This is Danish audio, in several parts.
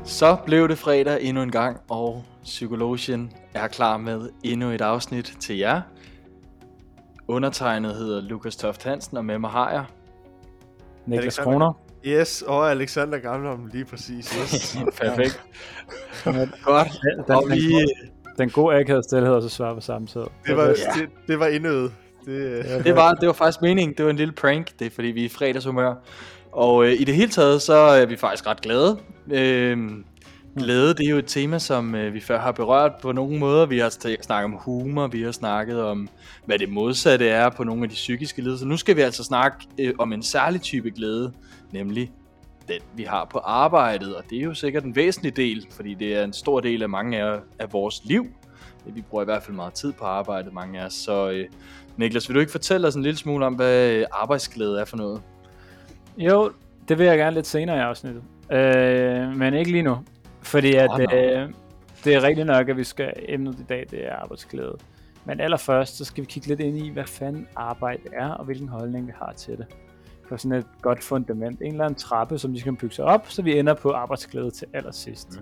Så blev det fredag endnu en gang, og Psykologien er klar med endnu et afsnit til jer. Undertegnet hedder Lukas Toft Hansen, og med mig har jeg Niklas Kroner. Yes, og Alexander Gamlholm, lige præcis. Yes. Perfekt. Godt. Og den gode akavede stilhed, og så svarer på samme tid. Det var indøvet. Det var faktisk meningen. Det var en lille prank. Det er fordi vi er i fredagshumør. Og i det hele taget, så er vi faktisk ret glade. Glæde, det er jo et tema, som vi før har berørt på nogle måder. Vi har snakket om humor, vi har snakket om, hvad det modsatte er på nogle af de psykiske lidelser. Nu skal vi altså snakke om en særlig type glæde, nemlig den, vi har på arbejdet. Og det er jo sikkert en væsentlig del, fordi det er en stor del af mange af vores liv. Vi bruger i hvert fald meget tid på arbejdet, mange af os. Så Niklas, vil du ikke fortælle os en lille smule om, hvad arbejdsglæde er for noget? Jo, det vil jeg gerne lidt senere i afsnittet. Men ikke lige nu. Fordi at, det er rigtigt nok, at vi skal emnet i dag, det er arbejdsglæde. Men allerførst, så skal vi kigge lidt ind i, hvad fanden arbejde er, og hvilken holdning vi har til det. For sådan et godt fundament. En eller anden trappe, som de skal bygge sig op, så vi ender på arbejdsglæde til allersidst.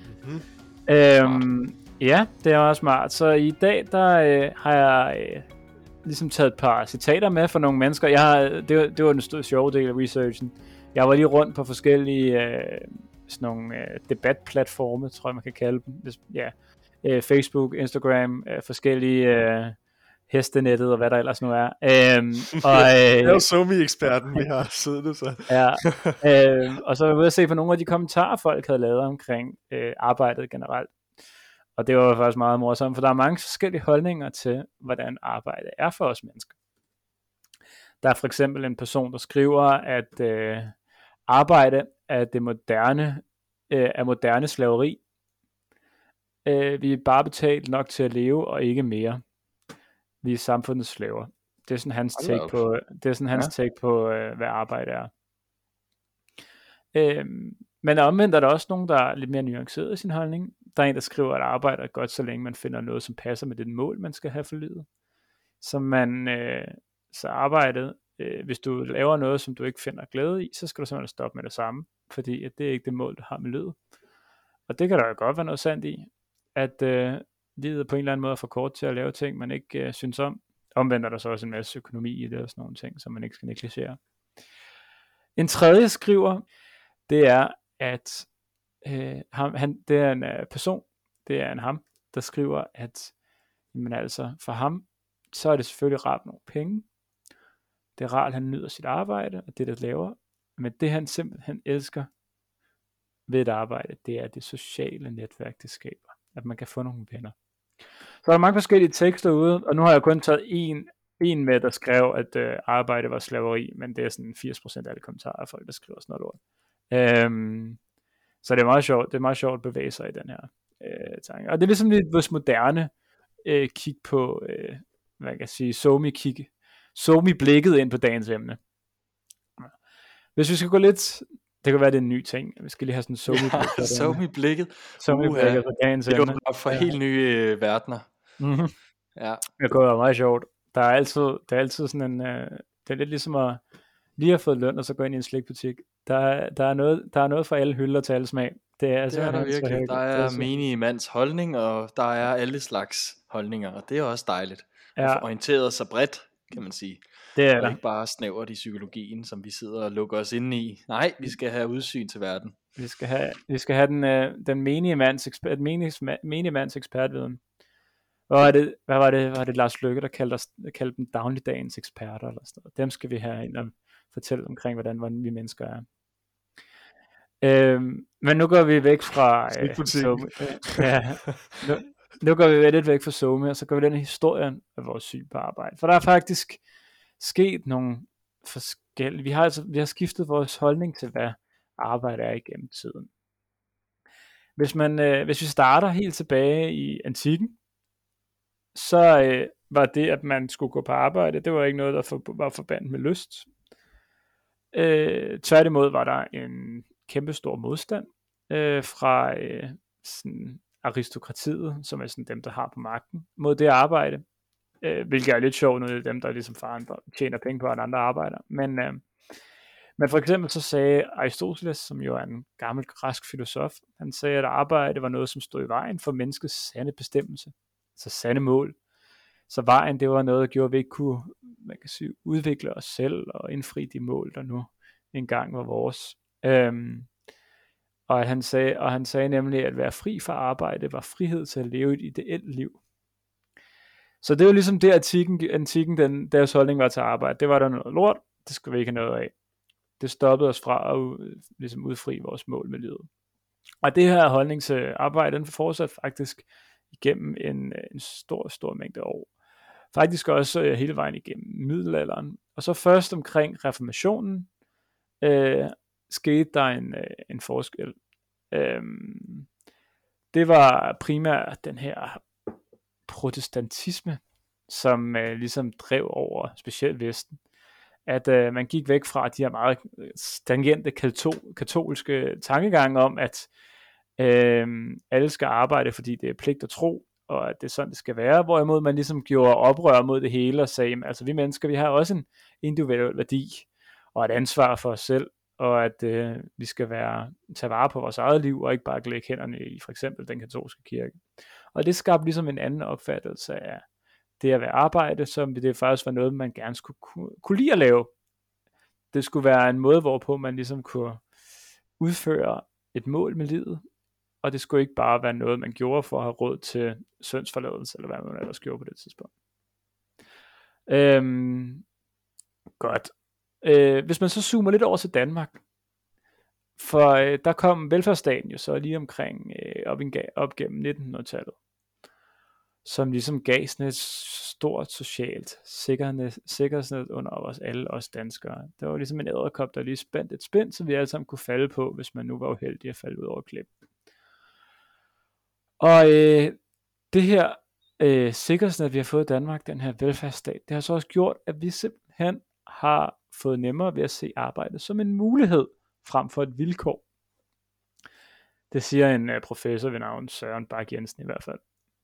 Ja, det er også smart. Så i dag, der har jeg ligesom taget et par citater med fra nogle mennesker. Det var den sjove del af researchen. Jeg var lige rundt på forskellige sådan nogle debatplatforme, tror jeg man kan kalde dem. Facebook, Instagram, forskellige hestenettet og hvad der ellers nu er. Det er jo SoMe-eksperten, vi har siddet så. Ja, og så var jeg ude at se på nogle af de kommentarer, folk havde lavet omkring arbejdet generelt. Og det var faktisk meget morsomt, for der er mange forskellige holdninger til, hvordan arbejde er for os mennesker. Der er for eksempel en person, der skriver, at arbejde er det moderne slaveri. Vi er bare betalt nok til at leve, og ikke mere. Vi er samfundets slaver. Det er sådan hans take på, hvad arbejde er. Men omvendt er der også nogen, der er lidt mere nuanceret i sin holdning. Der er en, der skriver, at arbejde er godt, så længe man finder noget, som passer med det mål, man skal have for livet. Så arbejdet, hvis du laver noget, som du ikke finder glæde i, så skal du simpelthen stoppe med det samme, fordi at det er ikke det mål, du har med livet. Og det kan der jo godt være noget sandt i, at livet på en eller anden måde er for kort til at lave ting, man ikke synes om. Omvendt er der så også en masse økonomi i det og sådan nogle ting, som man ikke skal negligere. En tredje skriver, det er, at det er en person, det er en ham, der skriver, at jamen altså, for ham, så er det selvfølgelig rart nogle penge. Det er rart, at han nyder sit arbejde, og det, der laver. Men det, han simpelthen elsker ved et arbejde, det er det sociale netværk, det skaber. At man kan få nogle venner. Så der er mange forskellige tekster ude, og nu har jeg kun taget en med, der skrev, at arbejde var slaveri, men det er sådan 80% af alle kommentarer af folk, der skriver sådan noget lort. Så det er meget sjovt. Det er meget sjovt at bevæge sig i den her tanke. Og det er ligesom lidt vores moderne kig på, hvad kan jeg sige, SoMe-blikket ind på dagens emne. Hvis vi skal gå lidt, det kan være, det er en ny ting. Vi skal lige have sådan en SoMe-blik. Ja, SoMe-blikket. SoMe-blikket på dagens emne. Det er jo for helt nye verdener. Mm-hmm. Ja. Det kunne være meget sjovt. Der er altid sådan en, det er lidt ligesom at lige have fået løn, og så gå ind i en slikbutik. Der er noget for alle hylder til alle smag. Det er der virkelig. Der er menige mands holdning, og der er alle slags holdninger, og det er også dejligt. Ja. At orientere sig bredt, kan man sige. Det er og ikke bare snævert i psykologien, som vi sidder og lukker os inde i. Nej, vi skal have udsyn til verden. Vi skal have den menige mands ekspertviden. Hvad var det Lars Løkke, der kaldte dem dagligdagens eksperter eller sådan noget. Dem skal vi have ind og fortælle omkring, hvordan vi mennesker er. Men nu går vi væk fra nu går vi lidt væk fra SoMe, og så går vi den historien af vores syn på arbejde. For der er faktisk sket nogle forskellige. Vi har skiftet vores holdning til, hvad arbejde er igennem tiden. Hvis vi starter helt tilbage i antikken, så var det, at man skulle gå på arbejde, det var ikke noget, der var forbandt med lyst. Tværtimod var der en kæmpestor modstand fra sådan aristokratiet, som er sådan dem, der har på magten, mod det arbejde. Hvilket er lidt sjovt, når det er dem, der ligesom tjener penge på, at andre arbejder. Men for eksempel så sagde Aristoteles, som jo er en gammel græsk filosof, han sagde, at arbejde var noget, som stod i vejen for menneskets sande bestemmelse, altså sande mål. Så vejen, det var noget, der gjorde, at vi ikke kunne, man kan sige, udvikle os selv og indfri de mål, der nu engang var vores. Og han sagde nemlig, at være fri fra arbejde var frihed til at leve et ideelt liv. Så det var ligesom det, antikken deres holdning var til arbejde. Det var der noget lort, det skulle vi ikke have noget af. Det stoppede os fra at ligesom udfri vores mål med livet. Og det her holdning til arbejde, den fortsatte faktisk igennem en stor mængde år. Faktisk også hele vejen igennem middelalderen. Og så først omkring reformationen skete der en forskel. Det var primært den her protestantisme, som ligesom drev over specielt Vesten. At man gik væk fra de her meget stringente katolske tankegange om, at alle skal arbejde, fordi det er pligt og tro, og at det er sådan, det skal være, hvorimod man ligesom gjorde oprør mod det hele og sagde, altså vi mennesker, vi har også en individuel værdi og et ansvar for os selv, og at vi skal tage vare på vores eget liv, og ikke bare lægge hænderne i for eksempel den katolske kirke. Og det skabte ligesom en anden opfattelse af det at være arbejde, som det faktisk var noget, man gerne skulle kunne lide at lave. Det skulle være en måde, hvorpå man ligesom kunne udføre et mål med livet, og det skulle ikke bare være noget, man gjorde for at have råd til syndsforladelse, eller hvad man ellers gjorde på det tidspunkt. Godt. Hvis man så zoomer lidt over til Danmark, for der kom velfærdsstaten jo så lige omkring op gennem 1900-tallet, som ligesom gav sådan et stort socialt sikkerhedsnet under os alle os danskere. Det var ligesom en edderkop, der lige spændt et spænd, så vi alle sammen kunne falde på, hvis man nu var uheldig at falde ud over klip. Og det her sikkerhedsnet, vi har fået i Danmark, den her velfærdsstat, det har så også gjort, at vi simpelthen har fået nemmere ved at se arbejdet som en mulighed, frem for et vilkår. Det siger en professor ved navn Søren Bak Jensen i hvert fald.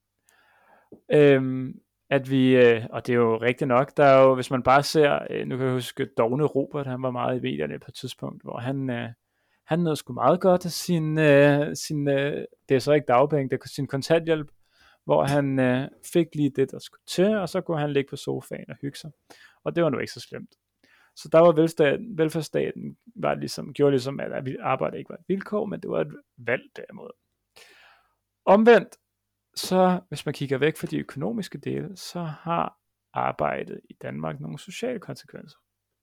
At vi, og det er jo rigtigt nok, der er jo, hvis man bare ser, nu kan jeg huske Dovne Robert, han var meget i medierne på et tidspunkt, hvor han nåede sgu meget godt af sin det er så ikke dagpenge, det er sin kontanthjælp, hvor han fik lige det, der skulle til, og så kunne han ligge på sofaen og hygge sig. Og det var nu ikke så slemt. Så der var velfærdsstaten gjorde ligesom, at arbejde ikke var et vilkår, men det var et valg derimod. Omvendt, så hvis man kigger væk fra de økonomiske dele, så har arbejdet i Danmark nogle sociale konsekvenser.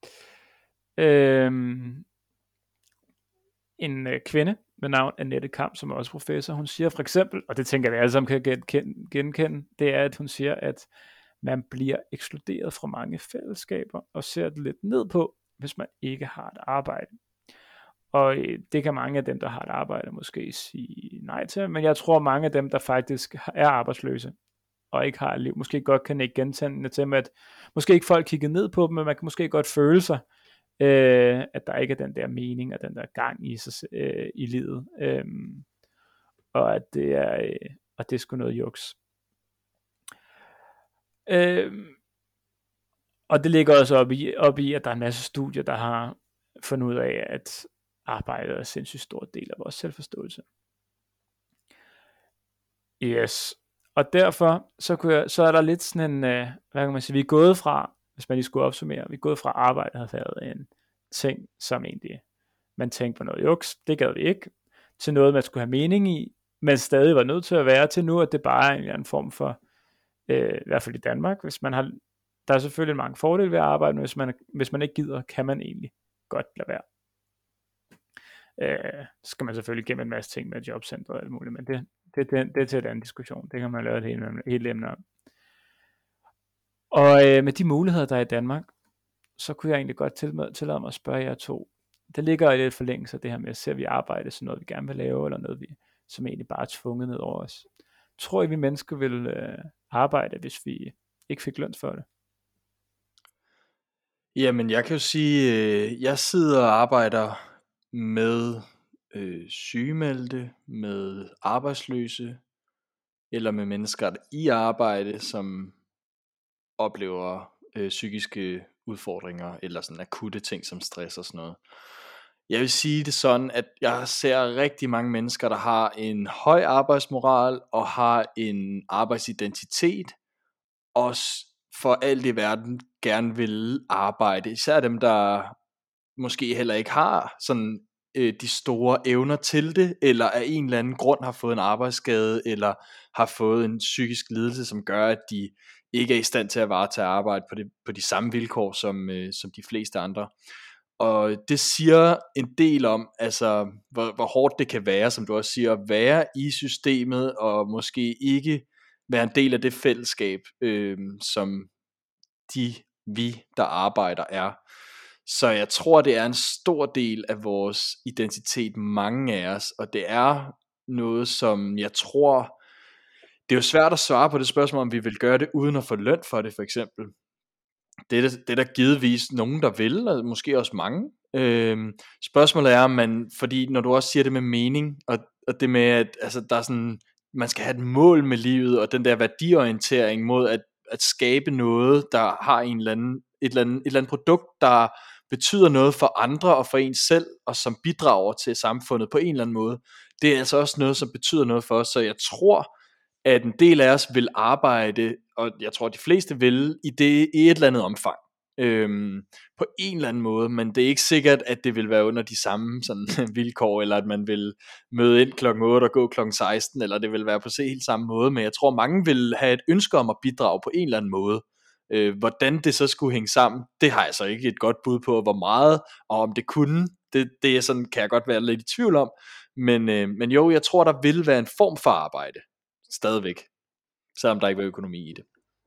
En kvinde med navn Annette Kamp, som er også professor, hun siger for eksempel, og det tænker jeg, at vi alle sammen kan genkende, det er, at hun siger, at man bliver ekskluderet fra mange fællesskaber, og ser det lidt ned på, hvis man ikke har et arbejde. Og det kan mange af dem, der har et arbejde, måske sige nej til, men jeg tror, mange af dem, der faktisk er arbejdsløse, og ikke har et liv, måske godt kan ikke gentænde til med, at måske ikke folk kigger ned på dem, men man kan måske godt føle sig, at der ikke er den der mening, og den der gang i livet, og at det er sgu noget juks. Og det ligger også op i, at der er en masse studier, der har fundet ud af, at arbejdet er en sindssygt stor del af vores selvforståelse. Yes. Og derfor, så er der lidt sådan en, hvad kan man sige, vi er gået fra, hvis man lige skulle opsummere, vi er gået fra arbejde har været en ting, som egentlig, man tænkte på noget juks, det gad vi ikke, til noget, man skulle have mening i, men stadig var nødt til at være, til nu, at det bare er en eller anden form for, i hvert fald i Danmark, hvis man har, der er selvfølgelig mange fordele ved at arbejde, men hvis man ikke gider, kan man egentlig godt lade være. Så skal man selvfølgelig gennem en masse ting med jobcenter og alt muligt, men det er til en anden diskussion. Det kan man lave et helt emne om. Og med de muligheder, der er i Danmark, så kunne jeg egentlig godt tillade mig at spørge jer to. Det ligger i lidt forlængelse af det her med, at ser vi arbejde som noget, vi gerne vil lave, eller noget, som egentlig bare er tvunget ned over os. Tror I, vi mennesker vil arbejde, hvis vi ikke fik løn for det? Jamen, jeg kan jo sige, jeg sidder og arbejder med sygemeldte, med arbejdsløse, eller med mennesker i arbejde, som oplever psykiske udfordringer, eller sådan akutte ting som stress og sådan noget. Jeg vil sige det sådan, at jeg ser rigtig mange mennesker, der har en høj arbejdsmoral, og har en arbejdsidentitet, og for alt i verden gerne vil arbejde. Især dem, der måske heller ikke har sådan de store evner til det, eller af en eller anden grund har fået en arbejdsskade, eller har fået en psykisk lidelse, som gør, at de ikke er i stand til at varetage arbejde på de samme vilkår, som de fleste andre. Og det siger en del om, altså hvor hårdt det kan være, som du også siger, at være i systemet, og måske ikke være en del af det fællesskab, som vi, der arbejder, er. Så jeg tror, det er en stor del af vores identitet, mange af os, og det er noget, som jeg tror, det er jo svært at svare på det spørgsmål, om vi vil gøre det uden at få løn for det, for eksempel. Det er der givetvis nogen, der vil, og måske også mange. Spørgsmålet er, om man, fordi når du også siger det med mening, og det med, at altså, der er sådan, man skal have et mål med livet, og den der værdiorientering mod at skabe noget, der har et eller andet produkt, der betyder noget for andre og for en selv, og som bidrager til samfundet på en eller anden måde, det er altså også noget, som betyder noget for os. Så jeg tror, at en del af os vil arbejde, og jeg tror, at de fleste vil, i et eller andet omfang, på en eller anden måde, men det er ikke sikkert, at det vil være under de samme sådan, vilkår, eller at man vil møde ind klokken 8 og gå klokken 16, eller det vil være på helt samme måde, men jeg tror, mange vil have et ønske om at bidrage på en eller anden måde. Hvordan det så skulle hænge sammen, det har jeg så ikke et godt bud på, hvor meget, og om det kunne, det er sådan, kan jeg godt være lidt i tvivl om, men jo, jeg tror, der vil være en form for arbejde, stadigvæk, selvom der ikke var økonomi i det.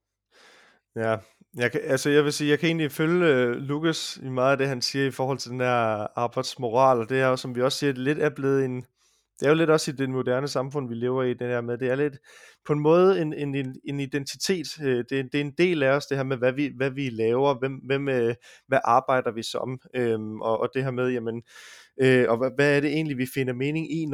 Ja, jeg vil sige, jeg kan egentlig følge Lukas i meget af det, han siger i forhold til den her arbejdsmoral, og det er jo, som vi også siger, lidt er blevet det er jo lidt også i det moderne samfund, vi lever i, det her med, det er lidt på en måde en identitet, det er en del af os, det her med, hvad vi laver, hvad arbejder vi som, og det her med, jamen, og hvad er det egentlig, vi finder mening i,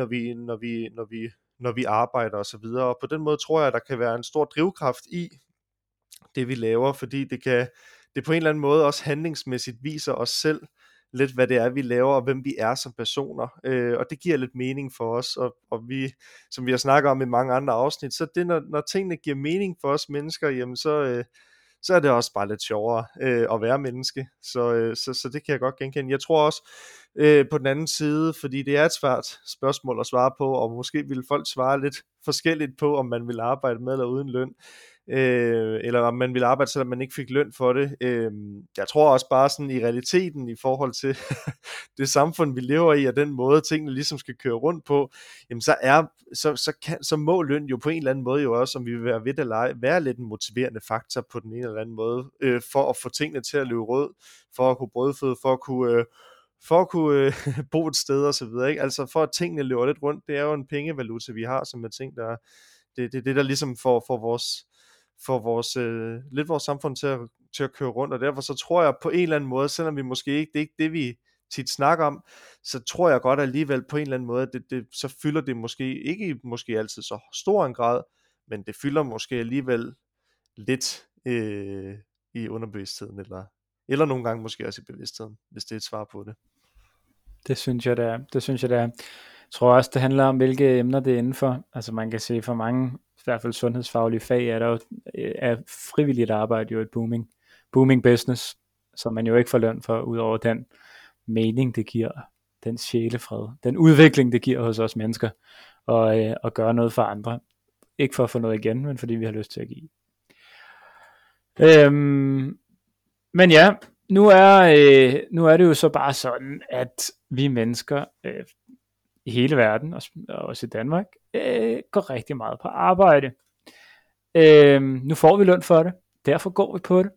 når vi arbejder og så videre, og på den måde tror jeg, der kan være en stor drivkraft i det vi laver, fordi det på en eller anden måde også handlingsmæssigt viser os selv lidt, hvad det er vi laver, og hvem vi er som personer, og det giver lidt mening for os, og vi, som vi har snakket om i mange andre afsnit, så det, når tingene giver mening for os mennesker, jamen så er det også bare lidt sjovere at være menneske, så det kan jeg godt genkende. Jeg tror også på den anden side, fordi det er et svært spørgsmål at svare på, og måske vil folk svare lidt forskelligt på, om man vil arbejde med eller uden løn, eller om man ville arbejde, selvom man ikke fik løn for det. Jeg tror også bare sådan i realiteten, i forhold til det samfund vi lever i, og den måde tingene ligesom skal køre rundt på, jamen så må løn jo på en eller anden måde jo også, om vi vil være ved eller ej, være lidt en motiverende faktor på den ene eller anden måde, for at få tingene til at løbe rød, for at kunne brødføde, for at kunne bo et sted og så videre, ikke? Altså for at tingene løber lidt rundt, det er jo en pengevaluta vi har, som er ting der, det der ligesom får vores samfund til at køre rundt, og derfor så tror jeg på en eller anden måde, selvom vi måske ikke, det er ikke det vi tit snakker om, så tror jeg godt alligevel på en eller anden måde, så fylder det måske altid så stor en grad, men det fylder måske alligevel lidt i underbevidstheden, eller nogle gange måske også i bevidstheden, hvis det er et svar på det. Det synes jeg, det er. Jeg tror også, det handler om, hvilke emner det er indenfor. Altså man kan se for mange, i hvert fald sundhedsfaglige fag, er frivilligt arbejde jo et booming business, som man jo ikke får løn for, ud over den mening, det giver, den sjælefred, den udvikling, det giver hos os mennesker, og gøre noget for andre. Ikke for at få noget igen, men fordi vi har lyst til at give. Men ja, nu er det jo så bare sådan, at vi mennesker i hele verden, og også i Danmark, går rigtig meget på arbejde. Nu får vi løn for det, derfor går vi på det.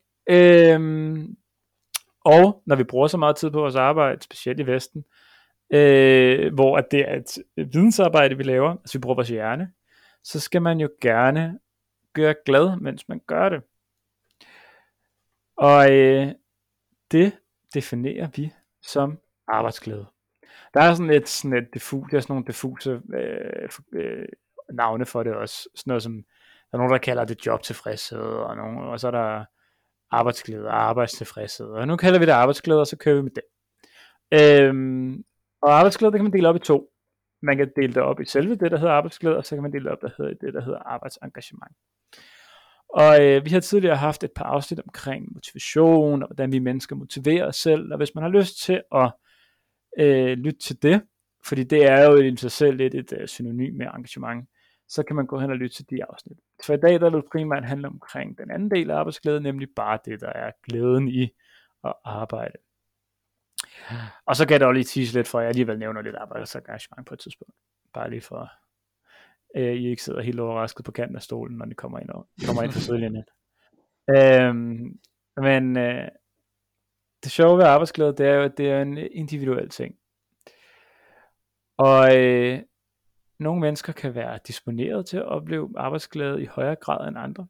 Og når vi bruger så meget tid på vores arbejde, specielt i Vesten, hvor at det er et vidensarbejde, vi laver, altså vi bruger vores hjerne, så skal man jo gerne gøre glad, mens man gør det. Og det definerer vi som arbejdsglæde. Der er sådan et diffus, der er sådan nogle diffuse navne for det også. Sådan noget som, der er nogen, der kalder det jobtilfredshed, og så er der arbejdsglæde og arbejdstilfredshed. Og nu kalder vi det arbejdsglæde, og så kører vi med det. Og arbejdsglæde, det kan man dele op i 2. Man kan dele det op i selve det, der hedder arbejdsglæde, og så kan man dele det op i det, der hedder arbejdsengagement. Og vi har tidligere haft et par afsnit omkring motivation, og hvordan vi mennesker motiverer os selv, og hvis man har lyst til at lytte til det, fordi det er jo i sig selv lidt et synonym med engagement, så kan man gå hen og lytte til de afsnit. For i dag, der vil det primært handle omkring den anden del af arbejdsglæde, nemlig bare det, der er glæden i at arbejde. Og så kan jeg da lige tease lidt, for jeg alligevel nævner lidt arbejdsengagement på et tidspunkt. Bare lige for, I ikke sidder helt overrasket på kanten af stolen, når I kommer ind på sidelinjen. Men det sjove ved arbejdsglæde, det er jo, at det er en individuel ting. Og nogle mennesker kan være disponeret til at opleve arbejdsglæde i højere grad end andre.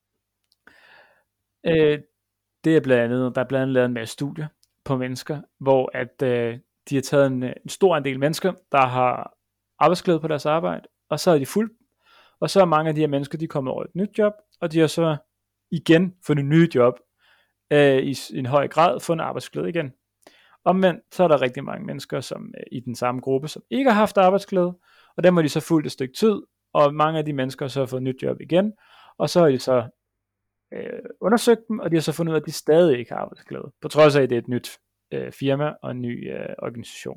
Det er der er blandt andet lavet en masse studier på mennesker, hvor at de har taget en stor andel mennesker, der har arbejdsglæde på deres arbejde, og så er de fuldt. Og så er mange af de her mennesker, de er kommet over et nyt job, og de har så igen fundet et nyt job, i en høj grad fundet arbejdsglæde igen. Omvendt, så er der rigtig mange mennesker, som i den samme gruppe, som ikke har haft arbejdsglæde, og dem har de så fulgt et stykke tid, og mange af de mennesker så har fået et nyt job igen, og så har de så undersøgt dem, og de har så fundet ud af, at de stadig ikke har arbejdsglæde, på trods af, at det er et nyt firma og en ny organisation.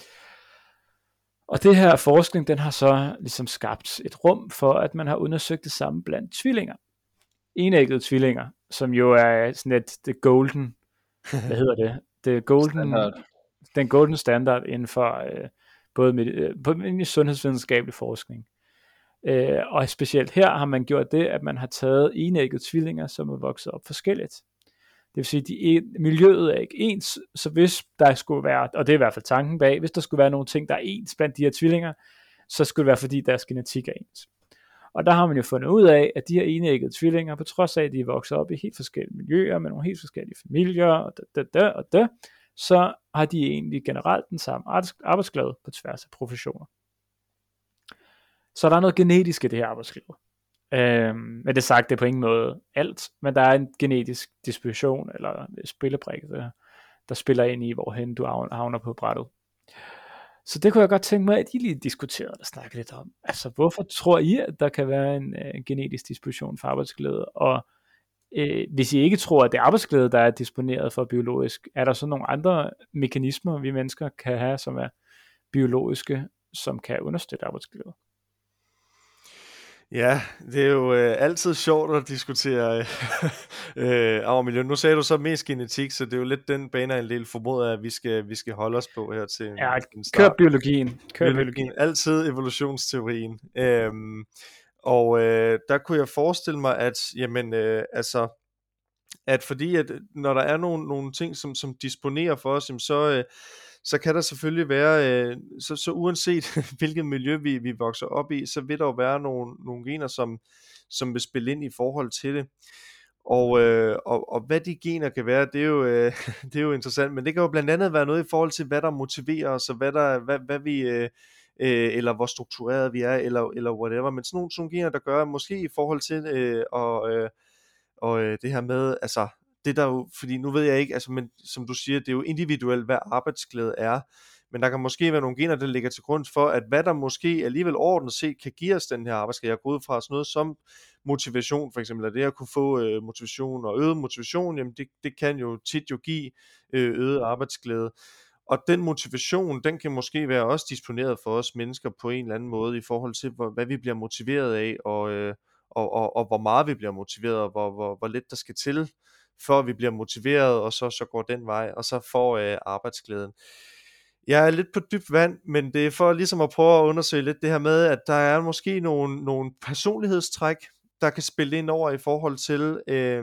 Og det her forskning, den har så ligesom skabt et rum for, at man har undersøgt det samme blandt tvillinger. Enæggede tvillinger, som jo er sådan det golden, hvad hedder det? Den golden standard inden for både sundhedsvidenskabelig forskning. Og specielt her har man gjort det, at man har taget enæggede tvillinger, som er vokset op forskelligt. Det vil sige, at miljøet er ikke ens, så hvis der skulle være, og det er i hvert fald tanken bag, hvis der skulle være nogle ting, der er ens blandt de her tvillinger, så skulle det være, fordi deres genetik er ens. Og der har man jo fundet ud af, at de her enæggede tvillinger, på trods af, at de er vokset op i helt forskellige miljøer, med nogle helt forskellige familier, og det, så har de egentlig generelt den samme arbejdsglæde på tværs af professioner. Så der er noget genetisk i det her arbejdsglæde. Men det sagt, det er på ingen måde alt, men der er en genetisk disposition, eller spillebrik, der spiller ind i, hvorhen du havner på brættet. Så det kunne jeg godt tænke mig, at I lige diskuterede og snakkede lidt om. Altså, hvorfor tror I, at der kan være en genetisk disposition for arbejdsglæde? Og hvis I ikke tror, at det er arbejdsglæde, der er disponeret for biologisk, er der så nogle andre mekanismer, vi mennesker kan have, som er biologiske, som kan understøtte arbejdsglæde? Ja, det er jo altid sjovt at diskutere miljø. Nu sagde du så mest genetik, så det er jo lidt den bane en del formoder, at vi skal holde os på her til en start. Kør biologien. Altid evolutionsteorien. Og der kunne jeg forestille mig, at jamen, at fordi at når der er nogle ting, som disponerer for os, så kan der selvfølgelig være, så uanset hvilket miljø vi vokser op i, så vil der jo være nogle gener, som vil spille ind i forhold til det. Og hvad de gener kan være, det er jo interessant, men det kan jo blandt andet være noget i forhold til, hvad der motiverer os, og hvad vi, eller hvor struktureret vi er, eller whatever, men sådan nogle gener, der gør, måske i forhold til, og det her med, altså, det der jo, fordi nu ved jeg ikke, altså, men som du siger, det er jo individuelt, hvad arbejdsglæde er, men der kan måske være nogle gener, der ligger til grund for, at hvad der måske alligevel ordentligt set kan give os den her arbejdsglæde. Jeg går ud fra sådan noget som motivation, for eksempel, at det at kunne få motivation og øget motivation, jamen det kan jo tit give øget arbejdsglæde. Og den motivation, den kan måske være også disponeret for os mennesker på en eller anden måde, i forhold til, hvad vi bliver motiveret af, og hvor meget vi bliver motiveret, og hvor lidt der skal til, før vi bliver motiveret, og så går den vej, og så får arbejdsglæden. Jeg er lidt på dybt vand, men det er for ligesom at prøve at undersøge lidt det her med, at der er måske nogle personlighedstræk, der kan spille ind over i forhold til,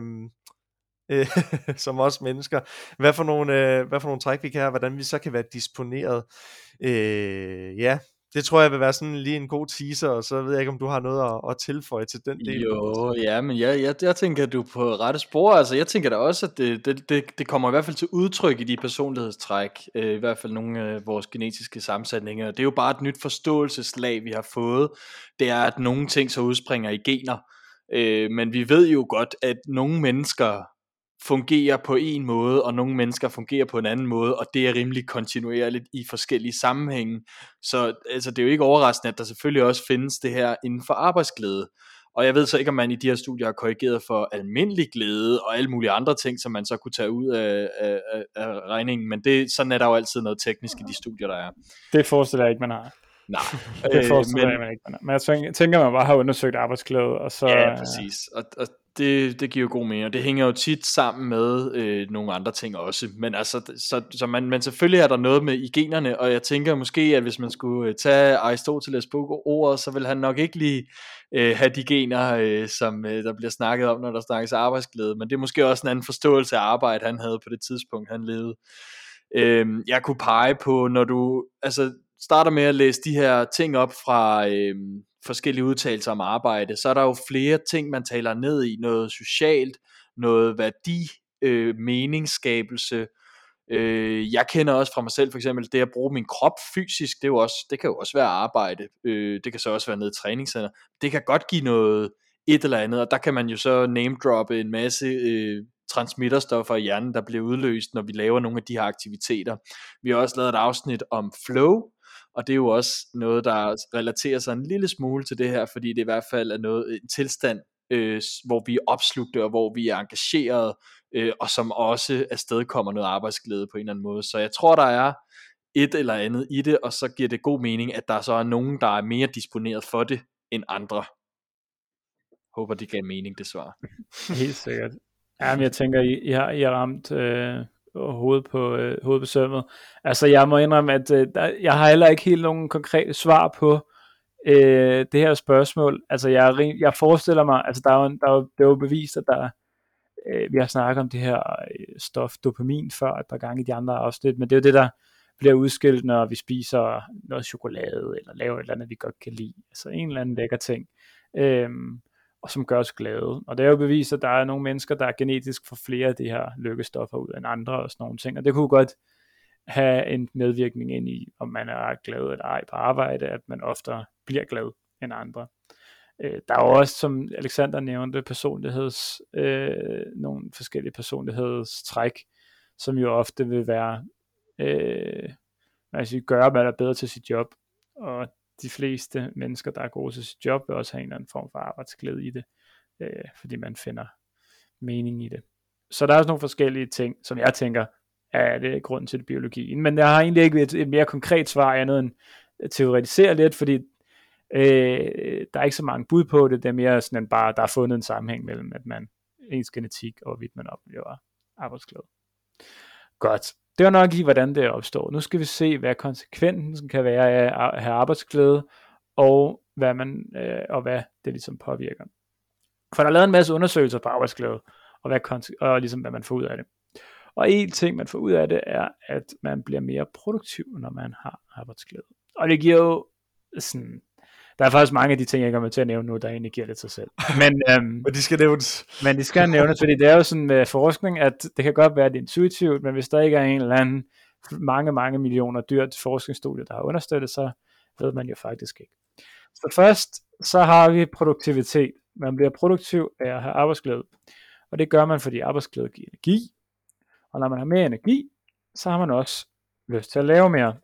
som os mennesker, hvad for nogle træk vi kan have, hvordan vi så kan være disponeret. Ja, det tror jeg vil være sådan lige en god teaser, og så ved jeg ikke, om du har noget at tilføje til den del. Jo, ja, men jeg tænker, at du er på rette spor. Altså, jeg tænker da også, at det kommer i hvert fald til udtryk i de personlighedstræk, i hvert fald nogle af vores genetiske sammensætninger. Det er jo bare et nyt forståelseslag, vi har fået. Det er, at nogle ting så udspringer i gener. Men vi ved jo godt, at nogle mennesker fungerer på en måde, og nogle mennesker fungerer på en anden måde, og det er rimelig kontinuerligt i forskellige sammenhænge. Så altså, det er jo ikke overraskende, at der selvfølgelig også findes det her inden for arbejdsglæde. Og jeg ved så ikke, om man i de her studier har korrigeret for almindelig glæde og alle mulige andre ting, som man så kunne tage ud af regningen, men sådan er der jo altid noget teknisk i de studier, der er. Det forestiller jeg ikke, man har. Nej, det forestiller jeg ikke, man har. Men jeg tænker, man bare har undersøgt arbejdsglæde, og så... Ja, præcis. Og det giver jo god mening, og det hænger jo tit sammen med nogle andre ting også. Men altså, men selvfølgelig er der noget med i generne, og jeg tænker måske, at hvis man skulle tage Aristoteles på ordet, så vil han nok ikke lige have de gener, som der bliver snakket om, når der snakkes arbejdsglæde. Men det er måske også en anden forståelse af arbejde, han havde på det tidspunkt, han levede. Jeg kunne pege på, når du starter med at læse de her ting op fra forskellige udtalelser om arbejde, så er der jo flere ting, man taler ned i. Noget socialt, noget værdi, meningsskabelse. Jeg kender også fra mig selv, for eksempel det at bruge min krop fysisk, det kan jo også være arbejde. Det kan så også være nede i træningscenter. Det kan godt give noget et eller andet, og der kan man jo så name droppe en masse transmitterstoffer i hjernen, der bliver udløst, når vi laver nogle af de her aktiviteter. Vi har også lavet et afsnit om flow, og det er jo også noget, der relaterer sig en lille smule til det her, fordi det i hvert fald er en tilstand, hvor vi er opslugte, og hvor vi er engageret, og som også afstedkommer noget arbejdsglæde på en eller anden måde. Så jeg tror, der er et eller andet i det, og så giver det god mening, at der så er nogen, der er mere disponeret for det end andre. Håber, det gav mening, det svar. Helt sikkert. Jamen, jeg tænker, I har ramt hovedet på sømmet. Altså, jeg må indrømme, at jeg har heller ikke helt nogen konkrete svar på det her spørgsmål. Altså, jeg forestiller mig, altså, det er jo bevist, at vi har snakket om det her stof dopamin før et par gange i de andre afsnit, men det er jo det, der bliver udskilt, når vi spiser noget chokolade, eller laver et eller andet, vi godt kan lide. Altså, en eller anden lækker ting. Og som gør os glade. Og det er jo bevist, at der er nogle mennesker, der genetisk får flere af de her lykkestoffer ud end andre og sådan nogle ting. Og det kunne godt have en medvirkning ind i, om man er glad eller ej på arbejde, at man oftere bliver glad end andre. Der er jo også, som Alexander nævnte, nogle forskellige personlighedstræk, som jo ofte vil være, gøre, at man er bedre til sit job. Og de fleste mennesker, der er gode til sit job, vil også have en eller anden form for arbejdsglæde i det, fordi man finder mening i det. Så der er også nogle forskellige ting, som jeg tænker, er det grunden til det biologien. Men jeg har egentlig ikke et mere konkret svar andet end at teoretisere lidt, fordi der er ikke så mange bud på det. Det er mere sådan, at bare der er fundet en sammenhæng mellem ens genetik og hvorvidt man oplever arbejdsglæde. Godt. Det var nok i, hvordan det opstår. Nu skal vi se, hvad konsekvensen kan være af at have arbejdsglæde, og hvad det ligesom påvirker. For der er lavet en masse undersøgelser på arbejdsglæde, og ligesom hvad man får ud af det. Og en ting, man får ud af det, er, at man bliver mere produktiv, når man har arbejdsglæde. Og det giver jo sådan... Der er faktisk mange af de ting, jeg kommer til at nævne nu, der egentlig giver lidt sig selv. Men de skal nævnes. Men de skal nævnes, fordi det er jo sådan med forskning, at det kan godt være, at det er intuitivt, men hvis der ikke er en eller anden mange millioner dyrt forskningsstudie, der har understøttet, så ved man jo faktisk ikke. Så først, så har vi produktivitet. Man bliver produktiv af at have arbejdsglæde. Og det gør man, fordi arbejdsglæde giver energi. Og når man har mere energi, så har man også lyst til at lave mere.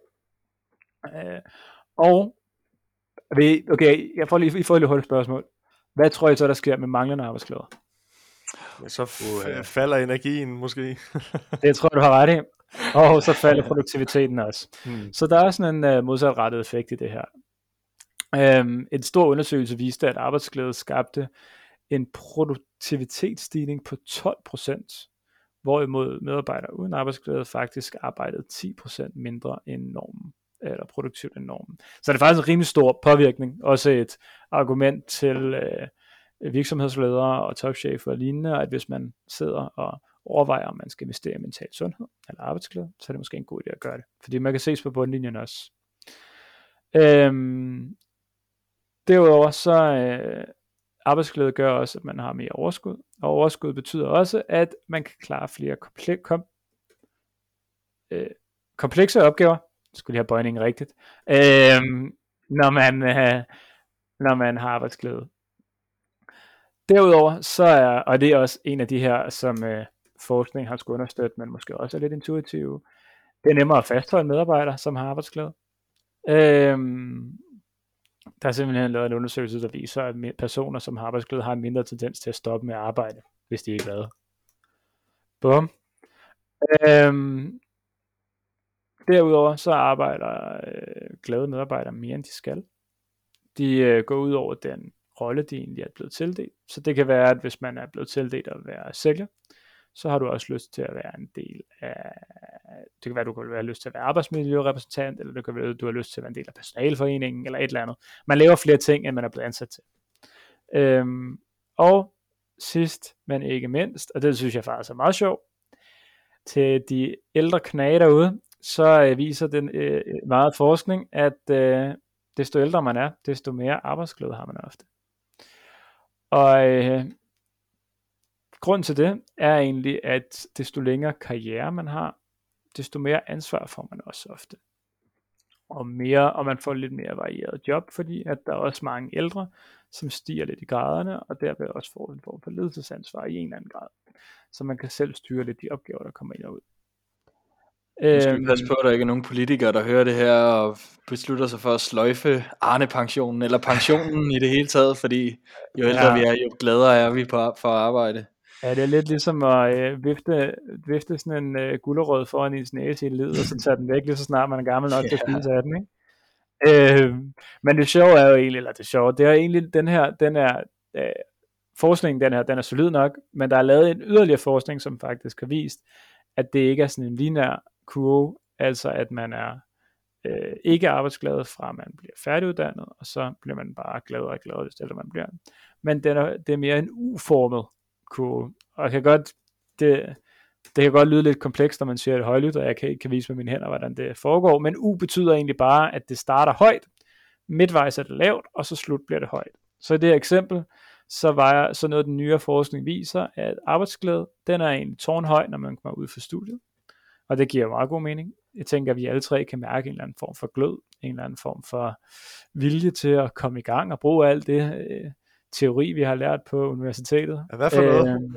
Okay, I får lige hurtigt spørgsmål. Hvad tror I så, der sker med manglende arbejdsglæde? Ja, så falder energien måske. Det tror jeg, du har ret i. Og så falder produktiviteten også. Så der er sådan en modsatrettet effekt i det her. En stor undersøgelse viste, at arbejdsglæde skabte en produktivitetsstigning på 12%, hvorimod medarbejdere uden arbejdsglæde faktisk arbejdede 10% mindre end normen, eller produktivt end normen. Så det er faktisk en rimelig stor påvirkning, også et argument til virksomhedsledere og topchefer og lignende, at hvis man sidder og overvejer, om man skal investere i mental sundhed eller arbejdsglæde, så er det måske en god idé at gøre det, fordi man kan ses på bundlinjen også. Derudover så arbejdsglæde gør også, at man har mere overskud, og overskud betyder også, at man kan klare flere komplekse opgaver, skulle jeg have bøjningen rigtigt, når man har arbejdsglæde. Derudover så og det er også en af de her, som forskning har skulle understøtte, men måske også er lidt intuitive. Det er nemmere at fastholde medarbejdere, som har arbejdsglæde. Der er simpelthen lavet en undersøgelse, der viser, at personer, som har arbejdsglæde, har en mindre tendens til at stoppe med at arbejde, hvis de ikke er glade. Bum. Derudover så arbejder glade medarbejdere mere, end de skal. De går ud over den rolle, de egentlig er blevet tildelt. Så det kan være, at hvis man er blevet tildelt at være sælger, så har du også lyst til at være en del af, det kan være, du kan have lyst til at være arbejdsmiljørepræsentant, eller det kan være, du har lyst til at være en del af personalforeningen, eller et eller andet. Man laver flere ting, end man er blevet ansat til. Og sidst, men ikke mindst, og det synes jeg faktisk er meget sjovt, til de ældre knæge derude, så viser den meget forskning, at desto ældre man er, desto mere arbejdsglæde har man ofte. Og grunden til det er egentlig, at desto længere karriere man har, desto mere ansvar får man også ofte. Og man får lidt mere varieret job, fordi at der er også mange ældre, som stiger lidt i graderne, og derved også får en form for ledelsesansvar i en eller anden grad. Så man kan selv styre lidt de opgaver, der kommer ind og ud. Nu skal vi passe på, at der ikke er nogen politikere, der hører det her og beslutter sig for at sløjfe Arne-pensionen, eller pensionen i det hele taget, fordi jo ældre vi er, jo gladere er vi for at arbejde. Ja, det er lidt ligesom at vifte sådan en gulerod foran ens næse i livet, og så tage den væk lige så snart man er gammel nok til at spise af den, ikke? Men det sjove er jo egentlig, det er egentlig den her forskning, den er solid nok, men der er lavet en yderligere forskning, som faktisk har vist, at det ikke er sådan en lineær kurve, altså at man er ikke arbejdsglad fra man bliver færdiguddannet, og så bliver man bare gladere og gladere, hvis det man bliver. Men det er mere en uformet kurve, og det kan godt lyde lidt komplekst, når man siger det højlydt, og jeg kan vise med mine hænder, hvordan det foregår, men U betyder egentlig bare, at det starter højt, midtvejs er det lavt, og så slut bliver det højt. Så i det her eksempel, så noget den nyere forskning viser, at arbejdsglæde, den er egentlig tårnhøj, når man kommer ud fra studiet, og det giver meget god mening. Jeg tænker, at vi alle tre kan mærke en eller anden form for glød, en eller anden form for vilje til at komme i gang og bruge alt det teori, vi har lært på universitetet. Hvad for noget?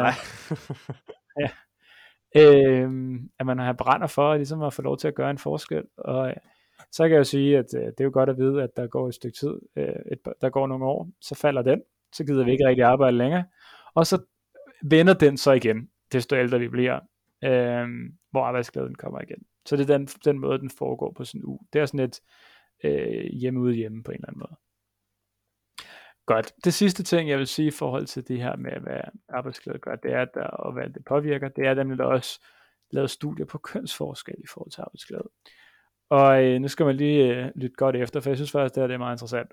At man har brænder for ligesom at få lov til at gøre en forskel. Og så kan jeg jo sige, at det er jo godt at vide, at der går et stykke tid, der går nogle år, så falder den, så gider vi ikke rigtig arbejde længere, og så vender den så igen, desto ældre vi bliver, hvor arbejdsglæden kommer igen. Så det er den måde, den foregår på sådan en uge. Det er sådan et hjemme ude hjemme på en eller anden måde. Godt. Det sidste ting, jeg vil sige i forhold til det her med, hvad arbejdsglæde gør, det er, og hvad det påvirker, det er nemlig også lavet studier på kønsforskel i forhold til arbejdsglæde. Og nu skal man lige lytte godt efter, for jeg synes faktisk, det er meget interessant.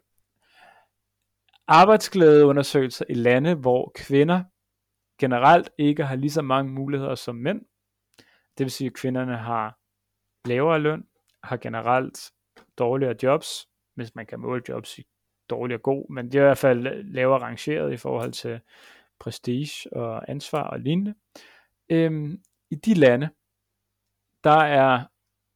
Arbejdsglædeundersøgelser i lande, hvor kvinder generelt ikke har lige så mange muligheder som mænd, det vil sige, at kvinderne har lavere løn, har generelt dårligere jobs, hvis man kan måle jobs i dårlig og god, men det er i hvert fald lavere rangeret i forhold til prestige og ansvar og lignende. I de lande, der er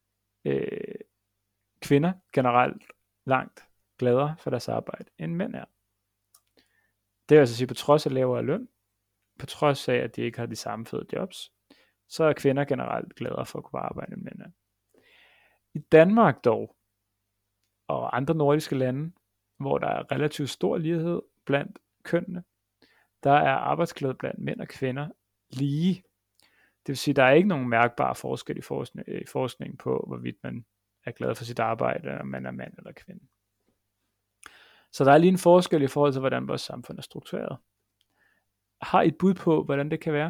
kvinder generelt langt gladere for deres arbejde, end mænd er. Det vil altså sige, på trods af lavere løn, på trods af, at de ikke har de samme fede jobs, så er kvinder generelt gladere for at kunne arbejde, end mænd er. I Danmark dog, og andre nordiske lande, hvor der er relativt stor lighed blandt kønnene, der er arbejdsglæde blandt mænd og kvinder lige. Det vil sige, der er ikke nogen mærkbar forskel i forskning på, hvorvidt man er glad for sit arbejde, om man er mand eller kvinde. Så der er lige en forskel i forhold til, hvordan vores samfund er struktureret. Har I et bud på, hvordan det kan være?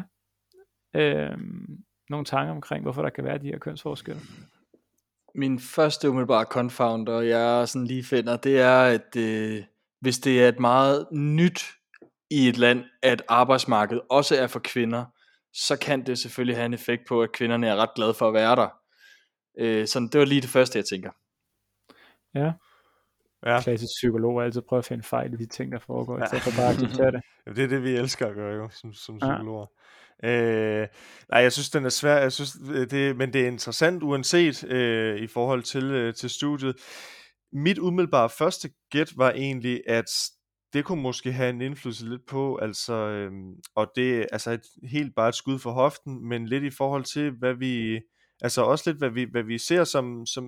Nogle tanker omkring, hvorfor der kan være de her kønsforskelle? Min første umiddelbare confounder, jeg sådan lige finder, det er, at hvis det er et meget nyt i et land, at arbejdsmarkedet også er for kvinder, så kan det selvfølgelig have en effekt på, at kvinderne er ret glade for at være der. Så det var lige det første, jeg tænker. Ja. Klassisk psykolog altid prøver at finde fejl i de ting, der foregår, i stedet for bare at acceptere det. Det er det, vi elsker at gøre jo, som psykologer. Nej, jeg synes, den er svær. Jeg synes, men det er interessant uanset i forhold til studiet. Mit umiddelbare første gæt var egentlig, at det kunne måske have en indflydelse lidt på, altså, og det er altså helt bare et skud for hoften, men lidt i forhold til, hvad vi, altså også lidt, hvad vi ser som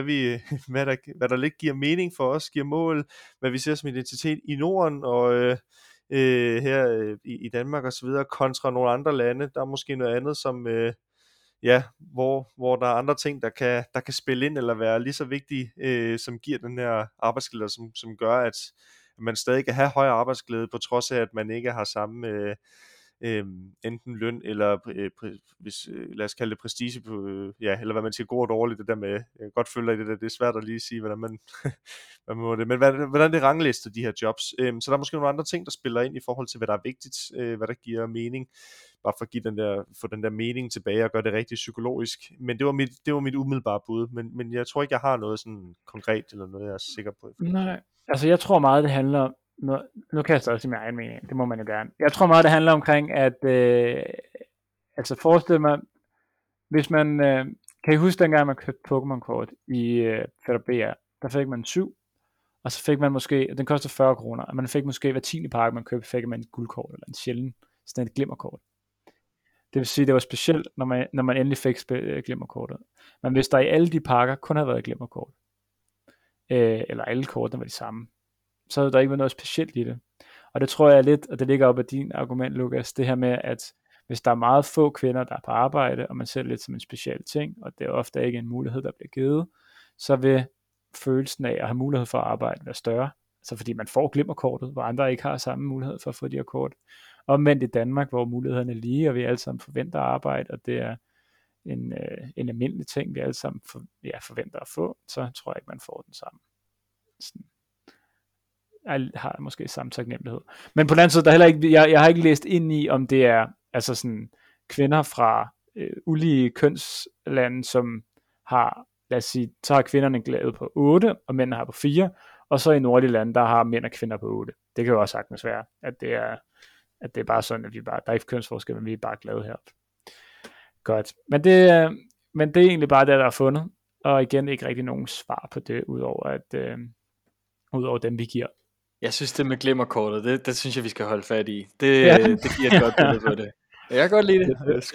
hvad der lidt giver mening for os, giver mål, hvad vi ser som identitet i Norden, og her i Danmark og så videre, kontra nogle andre lande. Der er måske noget andet, som, ja, hvor der er andre ting, der kan spille ind, eller være lige så vigtige, som giver den her arbejdsglæde, som gør, at man stadig kan have høj arbejdsglæde, på trods af, at man ikke har samme enten løn, eller hvis, lad os kalde det prestige, på, ja, eller hvad man siger, god og dårligt, det der med, jeg kan godt følge dig i det der, det er svært at lige sige, hvordan man, hvad man må det, men hvordan det ranglister de her jobs, så der er måske nogle andre ting, der spiller ind i forhold til, hvad der er vigtigt, hvad der giver mening, bare for at give få den der mening tilbage, og gøre det rigtig psykologisk, men det var mit umiddelbare bud, men jeg tror ikke, jeg har noget sådan konkret, eller noget, jeg er sikker på. Nej, altså jeg tror meget, det handler om, nu kan jeg stadig sige min egen mening, det må man jo gerne. Jeg tror meget, det handler omkring, at altså forestil mig, hvis man, kan I huske dengang, man købte Pokémon-kort i Fætter BR, der fik man 7, og så fik man måske, den kostede 40 kroner, og man fik måske hver 10. pakke, man købte, fik man et guldkort, eller en sjælden, sådan et glimmerkort. Det vil sige, det var specielt, når man endelig fik glimmerkortet. Men hvis der i alle de pakker kun havde været glimmerkort, eller alle kortene var de samme, så havde der ikke været noget specielt i det. Og det tror jeg lidt, og det ligger op af din argument, Lukas, det her med, at hvis der er meget få kvinder, der er på arbejde, og man ser det lidt som en speciel ting, og det er ofte ikke en mulighed, der bliver givet, så vil følelsen af at have mulighed for at arbejde være større. Altså fordi man får glimmerkortet, hvor andre ikke har samme mulighed for at få de her kort. Omvendt i Danmark, hvor mulighederne er lige, og vi alle sammen forventer at arbejde, og det er en almindelig ting, vi alle sammen forventer at få, så tror jeg ikke, man får den samme. Sådan. Jeg har måske samme taknemmelighed. Men på den anden side, der er heller ikke, jeg har ikke læst ind i, om det er altså sådan kvinder fra ulige kønslande, som har, lad os sige, så har kvinderne en glæde på 8, og mændene har på 4, og så i nordlige lande, der har mænd og kvinder på 8. Det kan jo også sagtens være, at det er bare sådan, at der er ikke kønsforskel, men vi er bare glade heroppe. Godt. Men det er egentlig bare det, der er fundet, og igen ikke rigtig nogen svar på det, udover dem, vi giver. Jeg synes, det med glimmerkortet, det synes jeg, vi skal holde fat i. Det giver et godt billede på det. Jeg kan godt lide det.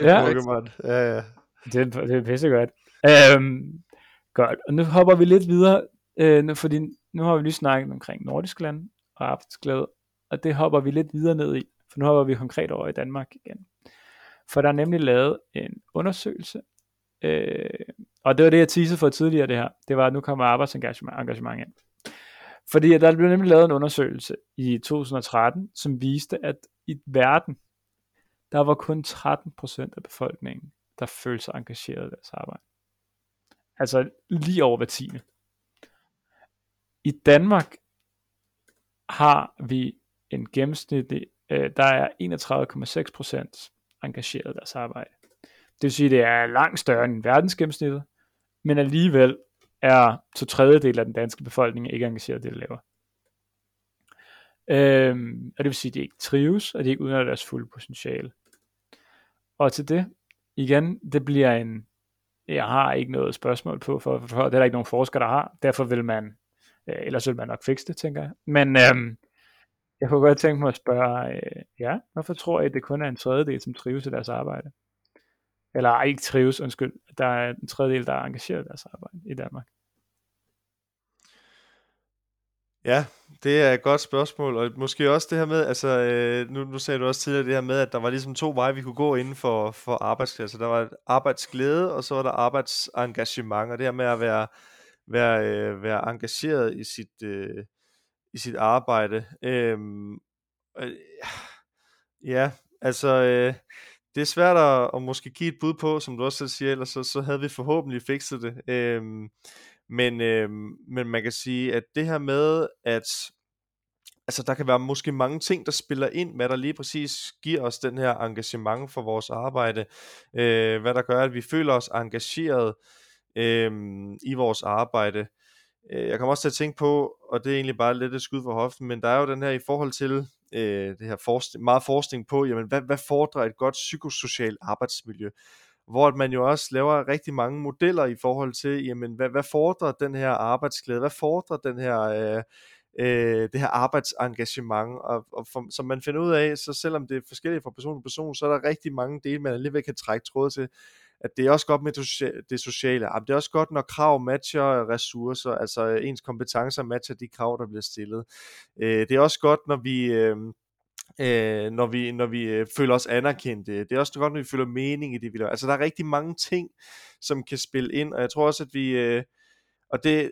Ja. Det er pissegodt. Godt. Og nu hopper vi lidt videre, fordi nu har vi lige snakket omkring nordisk land og arbejdsglæde, og det hopper vi lidt videre ned i, for nu hopper vi konkret over i Danmark igen. For der er nemlig lavet en undersøgelse, og det var det, jeg teasede for tidligere det her, det var, at nu kommer arbejdsengagement ind. Fordi der blev nemlig lavet en undersøgelse i 2013, som viste, at i verden, der var kun 13% af befolkningen, der følte sig engageret i deres arbejde. Altså lige over hver 10. I Danmark har vi en gennemsnitlig, der er 31,6% engageret i deres arbejde. Det vil sige, at det er langt større end verdensgennemsnittet, men alligevel er 2/3 af den danske befolkning ikke engageret i det, de laver. Og det vil sige, at de ikke trives, og de ikke udnytter deres fulde potentiale. Og til det, igen, det bliver jeg har ikke noget spørgsmål på, for det er der ikke nogen forskere, der har, derfor vil man, ellers vil man nok fikse det, tænker jeg. Men jeg kunne godt tænke mig at spørge, hvorfor tror I, at det kun er 1/3, som trives i deres arbejde? Eller ikke trives, undskyld, der er 1/3, der er engageret i deres arbejde i Danmark. Ja, det er et godt spørgsmål, og måske også det her med, altså nu sagde du også tidligere det her med, at der var ligesom 2 veje, vi kunne gå inden for arbejdsglæde. Altså der var arbejdsglæde, og så var der arbejdsengagement, og det her med at være engageret i sit arbejde. Ja, altså det er svært at måske give et bud på, som du også selv siger, ellers så havde vi forhåbentlig fikset det. Men man kan sige, at det her med, at altså der kan være måske mange ting, der spiller ind, hvad der lige præcis giver os den her engagement for vores arbejde, hvad der gør, at vi føler os engageret i vores arbejde. Jeg kommer også til at tænke på, og det er egentlig bare lidt et skud for hoften, men der er jo den her i forhold til det her meget forskning på, jamen hvad fordrer et godt psykosocialt arbejdsmiljø? Hvor man jo også laver rigtig mange modeller i forhold til, jamen hvad fordrer den her arbejdsglæde, hvad fordrer den her det her arbejdsengagement, og som man finder ud af, så selvom det er forskelligt fra person til person, så er der rigtig mange dele, man alligevel kan trække tråd til, at det er også godt med det sociale. Det er også godt, når krav matcher ressourcer, altså ens kompetencer matcher de krav, der bliver stillet. Det er også godt, når vi føler os anerkendte. Det er også godt, når vi føler mening i det, vi laver. Altså, der er rigtig mange ting, som kan spille ind, og jeg tror også, at vi... og det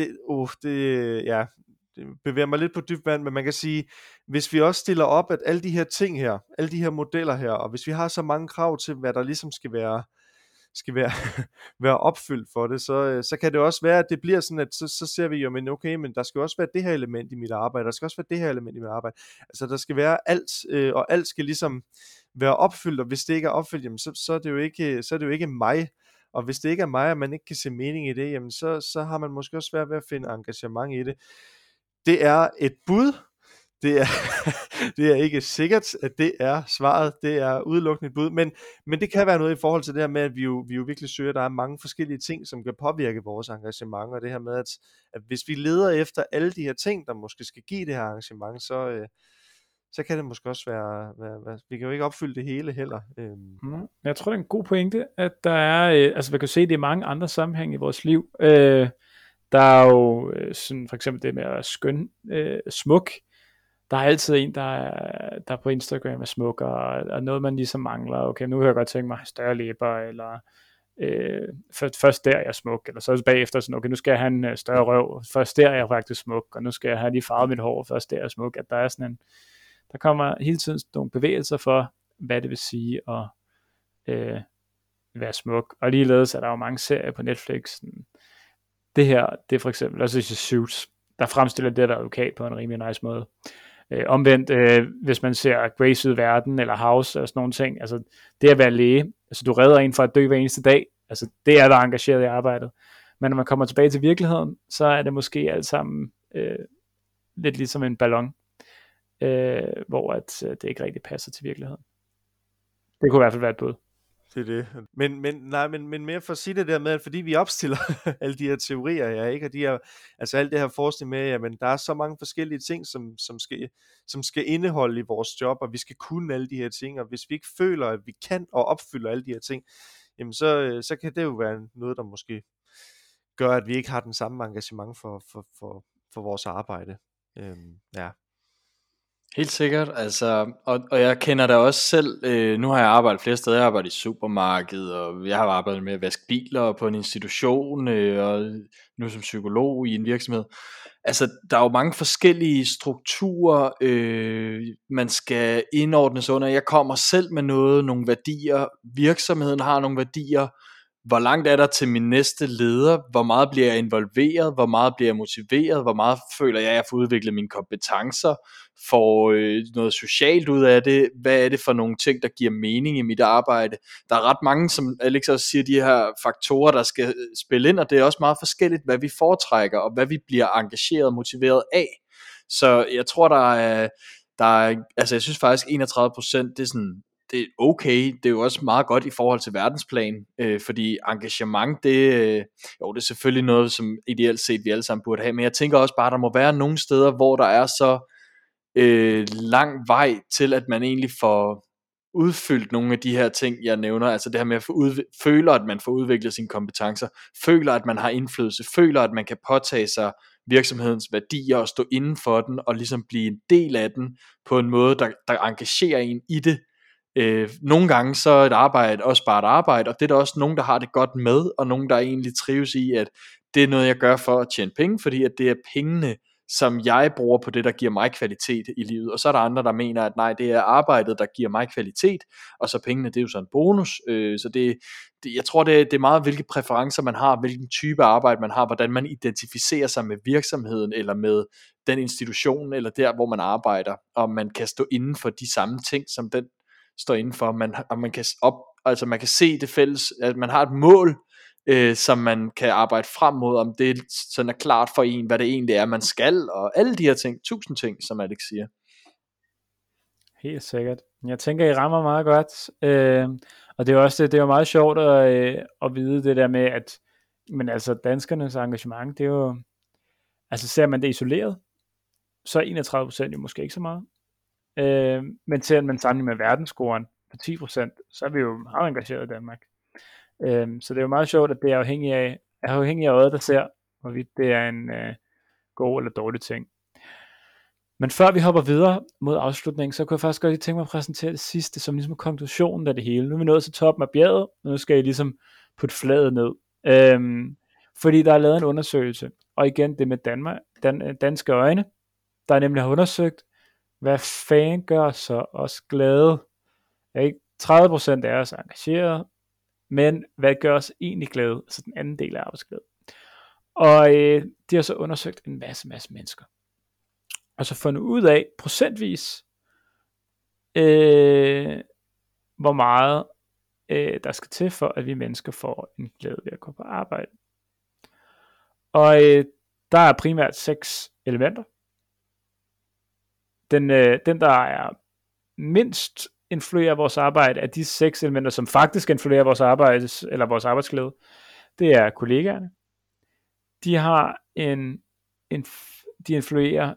bevæger mig lidt på dybt vand, men man kan sige, hvis vi også stiller op, at alle de her ting her, alle de her modeller her, og hvis vi har så mange krav til, hvad der ligesom skal være være opfyldt for det, så kan det også være, at det bliver sådan, at så ser vi jo, men okay, men der skal også være det her element i mit arbejde, der skal også være det her element i mit arbejde, altså der skal være alt, og alt skal ligesom være opfyldt, og hvis det ikke er opfyldt, jamen, så er det jo ikke mig, og hvis det ikke er mig, og man ikke kan se mening i det, jamen så har man måske også svært ved at finde engagement i det. Det er et bud. Det er ikke sikkert, at det er svaret. Det er udelukkende et bud. Men det kan være noget i forhold til det her med, at vi jo virkelig søger, der er mange forskellige ting, som kan påvirke vores engagement. Og det her med, at hvis vi leder efter alle de her ting, der måske skal give det her engagement, så kan det måske også være vi kan jo ikke opfylde det hele heller. Jeg tror, det er en god pointe, at der er, altså vi kan se, det i mange andre sammenhænge i vores liv. Der er jo sådan for eksempel det med at være skøn, smuk. Der er altid en, der på Instagram er smuk, og noget man ligesom mangler. Okay, nu vil jeg godt tænke mig større læber, eller først der er jeg smuk, eller så bagefter sådan, okay, nu skal jeg have en større røv, først der er jeg faktisk smuk, og nu skal jeg have lige farvet mit hår, først der er jeg smuk. At der er sådan der kommer hele tiden nogle bevægelser for, hvad det vil sige at være smuk. Og ligeledes er der jo mange serier på Netflix. Det her, det er for eksempel, altså Suits, der fremstiller det der advokat på en rimelig nice måde. Omvendt, hvis man ser Grey's Verden eller House og sådan nogle ting, altså det at være læge, altså du redder en fra at dø hver eneste dag, altså det er der engageret i arbejdet. Men når man kommer tilbage til virkeligheden, så er det måske alt sammen lidt ligesom en ballon, hvor at det ikke rigtig passer til virkeligheden. Det kunne i hvert fald være et bud. Det er det. Men mere for at sige det der med, at fordi vi opstiller alle de her teorier, ja, ikke? Og de her, altså alt det her forskning med, jamen der er så mange forskellige ting, som skal indeholde i vores job, og vi skal kunne alle de her ting, og hvis vi ikke føler, at vi kan og opfylder alle de her ting, jamen så kan det jo være noget, der måske gør, at vi ikke har den samme engagement for vores arbejde. Ja. Helt sikkert, altså, og jeg kender da også selv, nu har jeg arbejdet flere steder, jeg har arbejdet i supermarked, og jeg har arbejdet med at vaske biler på en institution, og nu som psykolog i en virksomhed. Altså, der er jo mange forskellige strukturer, man skal indordnes under. Jeg kommer selv med nogle værdier, virksomheden har nogle værdier. Hvor langt er der til min næste leder? Hvor meget bliver jeg involveret? Hvor meget bliver jeg motiveret? Hvor meget føler jeg, at jeg får udviklet mine kompetencer? Får noget socialt ud af det? Hvad er det for nogle ting, der giver mening i mit arbejde? Der er ret mange, som Alex også siger, de her faktorer, der skal spille ind, og det er også meget forskelligt, hvad vi foretrækker, og hvad vi bliver engageret og motiveret af. Så jeg tror, der er altså jeg synes faktisk 31%, det er sådan, det er okay, det er jo også meget godt i forhold til verdensplan, fordi engagement, det er selvfølgelig noget, som ideelt set vi alle sammen burde have, men jeg tænker også bare, der må være nogle steder, hvor der er så lang vej til, at man egentlig får udfyldt nogle af de her ting, jeg nævner, altså det her med at føler, at man får udviklet sine kompetencer, føler, at man har indflydelse, føler, at man kan påtage sig virksomhedens værdier og stå inden for den, og ligesom blive en del af den, på en måde, der engagerer en i det. Nogle gange så er et arbejde også bare et arbejde, og det er der også nogen, der har det godt med, og nogen, der egentlig trives i, at det er noget, jeg gør for at tjene penge, fordi at det er pengene, som jeg bruger på det, der giver mig kvalitet i livet. Og så er der andre, der mener, at nej, det er arbejdet, der giver mig kvalitet, og så pengene, det er jo sådan en bonus. Så jeg tror, det er meget, hvilke præferencer man har, hvilken type arbejde man har, hvordan man identificerer sig med virksomheden, eller med den institution, eller der, hvor man arbejder, og man kan stå inden for de samme ting, som den står indenfor, og man kan se det fælles, at man har et mål, som man kan arbejde frem mod, om det sådan er klart for en, hvad det egentlig er, man skal, og alle de her ting, 1000 ting, som Alex siger. Helt sikkert. Jeg tænker, I rammer meget godt, og det er også det er jo meget sjovt at vide det der med, men altså danskernes engagement, det er jo, altså ser man det isoleret, så er 31% jo måske ikke så meget. Men til at man sammenligner med verdensscoren på 10%, så er vi jo meget engageret i Danmark. Så det er jo meget sjovt, at det er afhængig af øjet, der ser, hvorvidt det er en god eller dårlig ting. Men før vi hopper videre mod afslutningen, så kunne jeg faktisk godt lige tænke mig at præsentere det sidste, som ligesom er konklusionen af det hele. Nu er vi nået til toppen af bjerget, og nu skal jeg ligesom putte flaget ned. Fordi der er lavet en undersøgelse, og igen det med danske øjne, der nemlig har undersøgt, hvad fanden gør så os glade? 30% af os er engageret, men hvad gør os egentlig glade? Altså den anden del af arbejdsglæde. Og de har så undersøgt en masse mennesker. Og så fundet ud af procentvis, hvor meget der skal til for, at vi mennesker får en glæde ved at gå på arbejde. Og der er primært 6 elementer. Den der er mindst influerer vores arbejde, af de 6 elementer, som faktisk influerer vores arbejde, eller vores arbejdsglæde, det er kollegaerne. De har de influerer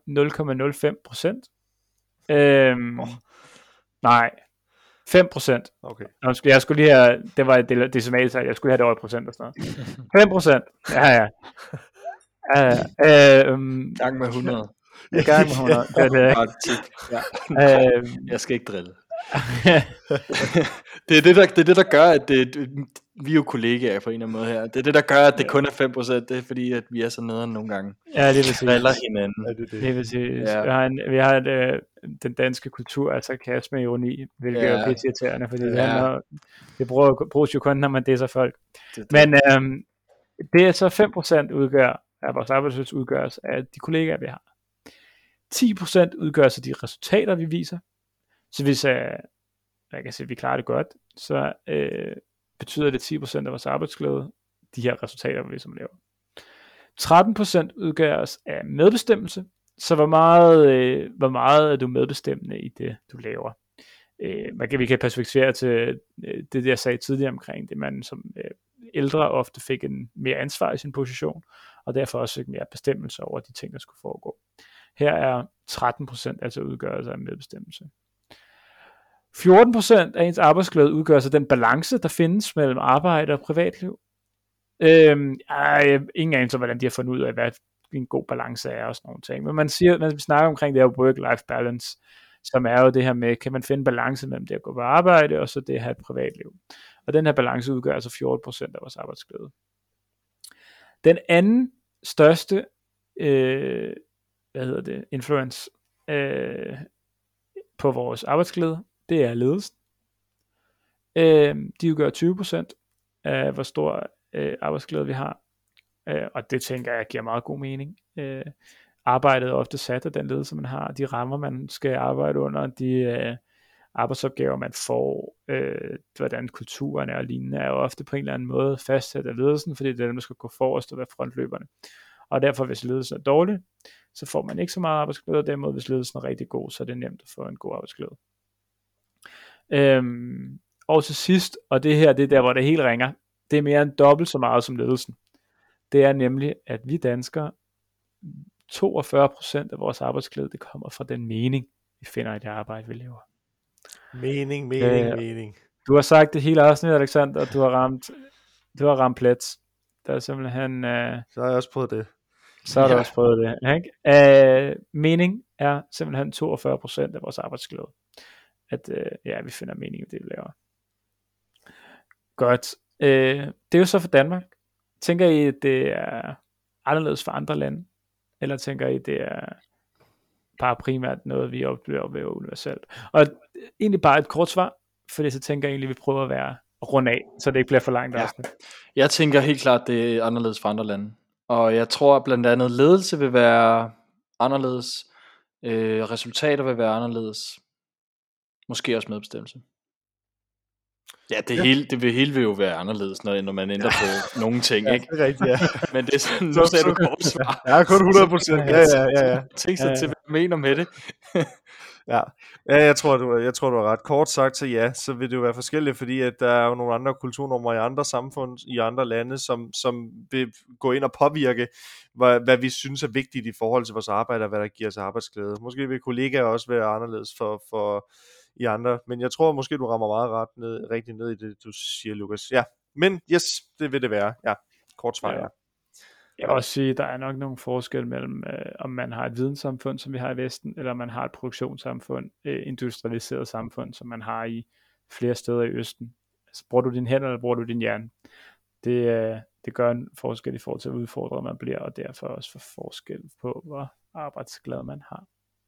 0,05%. Nej, 5%. Okay. Jeg skulle lige have, det var et decimaltal, jeg skulle have det over procent og sådan noget. 5%. Ja. Gang med 100. Gang med 100. Jeg skal ikke drille. det er det der gør, at vi er jo kollegaer på en eller anden måde her. Det er det der gør, at det kun er 5%. Det er fordi, at vi er så nederen nogle gange. Ja, det vil sige. Driller hinanden. Det vil sige. Ja. Vi har den danske kultur af sarkasme og ironi, hvilket er pisse irriterende, fordi det bruges jo kun, når man disser folk. Men det er så 5% udgør af vores arbejdsløs udgøres af de kollegaer, vi har. 10% udgøres af de resultater, vi viser. Så hvis jeg kan sige, at vi klarer det godt, så betyder det 10% af vores arbejdsglæde, de her resultater, vi ligesom laver. 13% udgøres af medbestemmelse, så hvor meget er du medbestemmende i det, du laver. Vi kan perspektivere til det, jeg sagde tidligere omkring det, man som ældre ofte fik en mere ansvar i sin position, og derfor også fik mere bestemmelse over de ting, der skulle foregå. Her er 13% altså udgørelse af medbestemmelse. 14% af ens arbejdsglæde udgør sig den balance, der findes mellem arbejde og privatliv. Ingen anelse om, hvordan de har fundet ud af, hvad en god balance er og sådan nogle ting. Men man snakker omkring det her work-life balance, som er jo det her med, kan man finde balance mellem det at gå på arbejde, og så det at have et privatliv. Og den her balance udgør altså 14% af vores arbejdsglæde. Den anden største influence på vores arbejdsglæde, det er ledelsen. De udgør 20% af hvor stor arbejdsglæde vi har, og det tænker jeg giver meget god mening. Arbejdet er ofte sat af den ledelse man har, de rammer man skal arbejde under, de arbejdsopgaver man får, hvordan kulturen er og lignende, er jo ofte på en eller anden måde fastsat af ledelsen, fordi det er dem, der skal gå forrest og være frontløberne. Og derfor, hvis ledelsen er dårlig, så får man ikke så meget arbejdsglæde, og derimod, hvis ledelsen er rigtig god, så er det nemt at få en god arbejdsglæde. Og til sidst, og det her, det er der, hvor det helt ringer, det er mere end dobbelt så meget som ledelsen. Det er nemlig, at vi danskere, 42% af vores arbejdsglæde, det kommer fra den mening, vi finder i det arbejde, vi laver. Mening. Du har sagt det hele afsnit, Alexander, og du har ramt plet. Der er simpelthen... Så har jeg også prøvet det. Så har du også prøvet det. Ikke? Mening er simpelthen 42% af vores arbejdsglæde. At vi finder mening i det, vi laver. Godt. Det er jo så for Danmark. Tænker I, at det er anderledes for andre lande? Eller tænker I, det er bare primært noget, vi oplever ved universelt? Og egentlig bare et kort svar, fordi så tænker jeg egentlig, at vi prøver at være rundt af, så det ikke bliver for langt afsnit. Jeg tænker helt klart, det er anderledes for andre lande. Og jeg tror blandt andet, ledelse vil være anderledes. Resultater vil være anderledes. Måske også medbestemmelse. Ja, det hele vil jo være anderledes, når man ændrer på nogle ting, Ja, ikke? det er rigtigt, ja. Men det er sådan, nu sagde du kort svar. Ja, kun 100%. Ja. Tænk sig til, hvad jeg mener med det. Ja, jeg tror, du har ret. Kort sagt, så ja, så vil det jo være forskelligt, fordi at der er jo nogle andre kulturnormer i andre samfund, i andre lande, som vil gå ind og påvirke, hvad vi synes er vigtigt i forhold til vores arbejde, og hvad der giver os arbejdsglæde. Måske vil kollegaer også være anderledes for i andre, men jeg tror måske, du rammer meget rigtig ned i det, du siger, Lukas. Ja, men yes, det vil det være. Ja, kort svar, ja. Jeg vil også sige, at der er nok nogle forskel mellem, om man har et videnssamfund, som vi har i Vesten, eller om man har et produktionssamfund, industrialiseret samfund, som man har i flere steder i Østen. Altså, bruger du din hænder, eller bruger du din hjerne? Det gør en forskel i forhold til, hvor udfordret man bliver, og derfor også for forskel på, hvor arbejdsglad man har.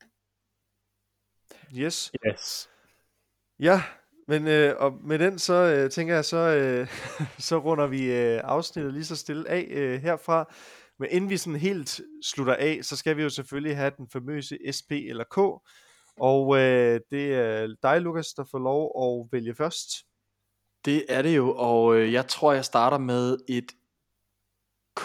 Yes. Ja, men og med den, så tænker jeg, så runder vi afsnittet lige så stille af herfra. Men inden vi sådan helt slutter af, så skal vi jo selvfølgelig have den famøse SP eller K. Og det er dig, Lukas, der får lov at vælge først. Det er det jo, og jeg tror, jeg starter med et K.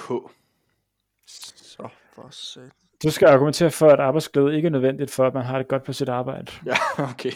Så for sat. du skal argumentere for, at arbejdsglæde ikke er nødvendigt for, at man har det godt på sit arbejde. Ja, okay.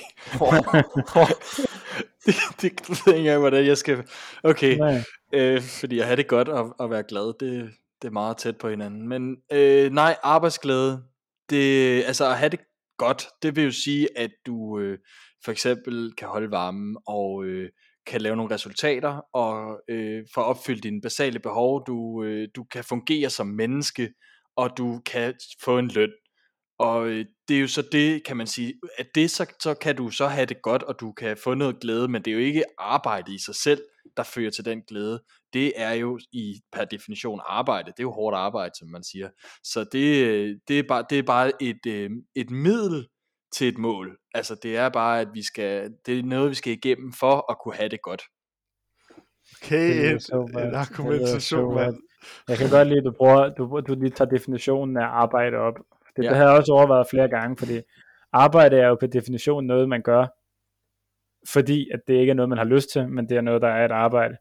det ved jeg ikke, hvordan jeg skal... Okay, fordi at have det godt og være glad, det er meget tæt på hinanden. Men nej, arbejdsglæde, altså at have det godt, det vil jo sige, at du for eksempel kan holde varmen og kan lave nogle resultater og få opfyldt dine basale behov. Du kan fungere som menneske, og du kan få en løn. Og det er jo så det, kan man sige, at det så kan du så have det godt, og du kan få noget glæde, men det er jo ikke arbejdet i sig selv, der fører til den glæde. Det er jo per definition arbejde. Det er jo hårdt arbejde, som man siger. Så det er bare et middel til et mål. Altså det er bare, at det er noget, vi skal igennem for at kunne have det godt. Okay, en argumentation, mand. Jeg kan godt lide, at du lige tager definitionen af arbejde op. Det har jeg også overvejet flere gange, fordi arbejde er jo på definition noget, man gør, fordi at det ikke er noget, man har lyst til, men det er noget, der er et arbejde.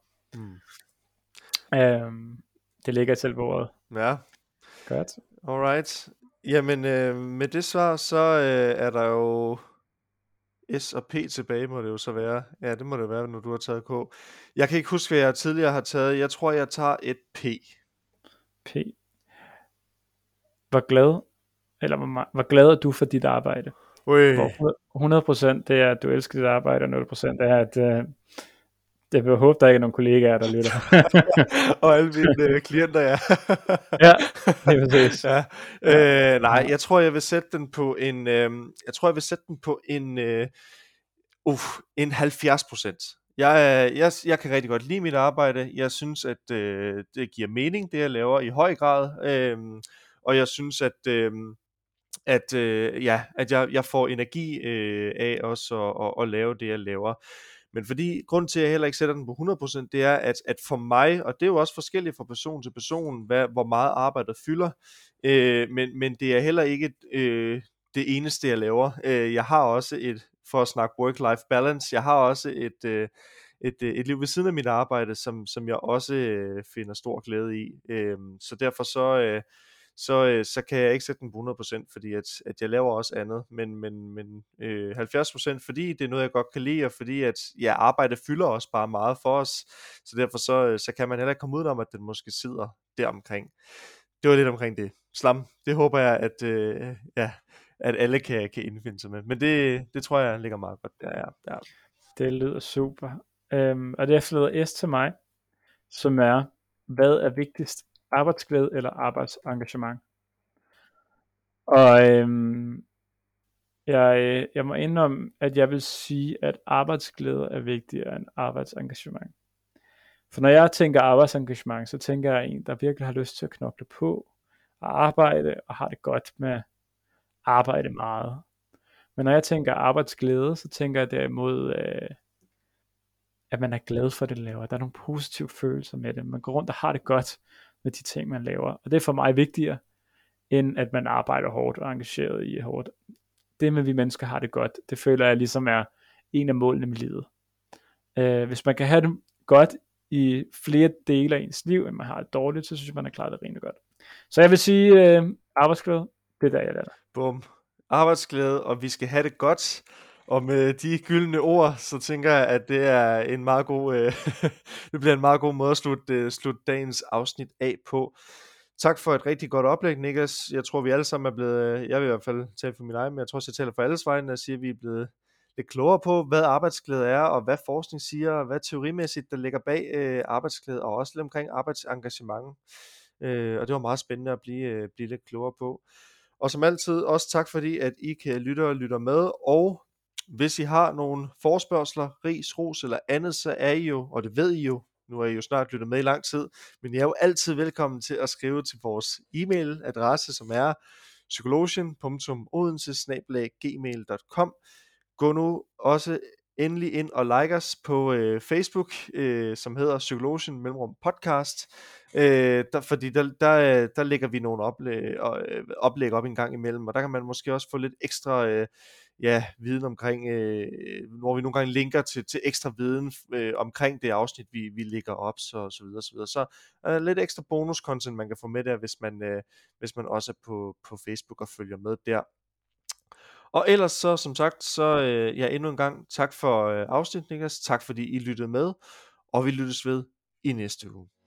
Det ligger selv på ordet. Ja. Godt. Alright. Jamen, med det svar, så er der jo S og P tilbage, må det jo så være. Ja, det må det være, når du har taget K. Jeg kan ikke huske, hvad jeg tidligere har taget. Jeg tror, jeg tager et P. P. Hvor glad er du for dit arbejde? Hvor 100% det er, at du elsker dit arbejde, og 0% er, at jeg vil håbe, der ikke er nogen kollegaer, der lytter. Og alle mine klienter, ja. Ja, det er præcis. Ja. Nej, jeg tror, jeg vil sætte den på en... en 70%. Jeg kan rigtig godt lide mit arbejde. Jeg synes, at det giver mening, det jeg laver i høj grad. Og jeg synes, at jeg får energi af også at lave det, jeg laver. Men fordi grund til, at jeg heller ikke sætter den på 100%, det er, at for mig, og det er jo også forskelligt fra person til person, hvor meget arbejdet fylder, men det er heller ikke det eneste, jeg laver. Jeg har også for at snakke work-life balance, jeg har også et liv ved siden af mit arbejde, som jeg også finder stor glæde i. Så derfor så kan jeg ikke sætte den på 100%, fordi at jeg laver også andet, men 70%, fordi det er noget, jeg godt kan lide, og fordi at arbejde fylder også bare meget for os, så derfor så kan man heller ikke komme ud om, at den måske sidder deromkring. Det var lidt omkring det. Slam, det håber jeg, at alle kan indfinde sig med, men det tror jeg ligger meget godt der, ja. Det lyder super. Og det er flyder S til mig, som er, hvad er vigtigst? Arbejdsglæde eller arbejdsengagement? Og jeg må indrømme, at jeg vil sige, at arbejdsglæde er vigtigere end arbejdsengagement. For når jeg tænker arbejdsengagement, så tænker jeg en, der virkelig har lyst til at knokle på og arbejde, og har det godt med at arbejde meget. Men når jeg tænker arbejdsglæde, så tænker jeg derimod, at man er glad for det, man laver. Der er nogle positive følelser med det. Man går rundt og har det godt med de ting, man laver. Og det er for mig vigtigere, end at man arbejder hårdt og engageret i hårdt. Det med, at vi mennesker har det godt, det føler jeg ligesom er en af målene med livet. Hvis man kan have det godt i flere dele af ens liv, end man har det dårligt, så synes jeg, man har klaret det rimelig godt. Så jeg vil sige, arbejdsglæde, det er der, jeg lander. Bum. Arbejdsglæde, og vi skal have det godt. Og med de gyldne ord, så tænker jeg, at det er en meget god, det bliver en meget god måde at slutte dagens afsnit af på. Tak for et rigtig godt oplæg, Niklas. Jeg tror, vi alle sammen er blevet, jeg vil i hvert fald tale for min egen, men jeg tror også, jeg taler for alles vegne, at sige, at vi er blevet lidt klogere på, hvad arbejdsglæde er, og hvad forskning siger, og hvad teorimæssigt, der ligger bag arbejdsglæde, og også lidt omkring arbejdsengagement. Og det var meget spændende at blive lidt klogere på. Og som altid, også tak fordi, at I kan lytter med, og hvis I har nogle forespørgsler, ris, ros eller andet, så er I jo, og det ved I jo, nu er I jo snart lyttet med i lang tid, men I er jo altid velkommen til at skrive til vores e-mailadresse, som er psykologien.odense@gmail.com. Gå nu også endelig ind og like os på Facebook, som hedder Psykologien mellemrum podcast, fordi der lægger vi nogle oplæg op en gang imellem, og der kan man måske også få lidt ekstra viden omkring, hvor vi nogle gange linker til ekstra viden omkring det afsnit, vi lægger op, så videre, så videre. Så lidt ekstra bonus content, man kan få med der, hvis man også er på Facebook og følger med der. Og ellers så, som sagt, så endnu en gang tak for afsnit, Niklas. Tak fordi I lyttede med, og vi lyttes ved i næste uge.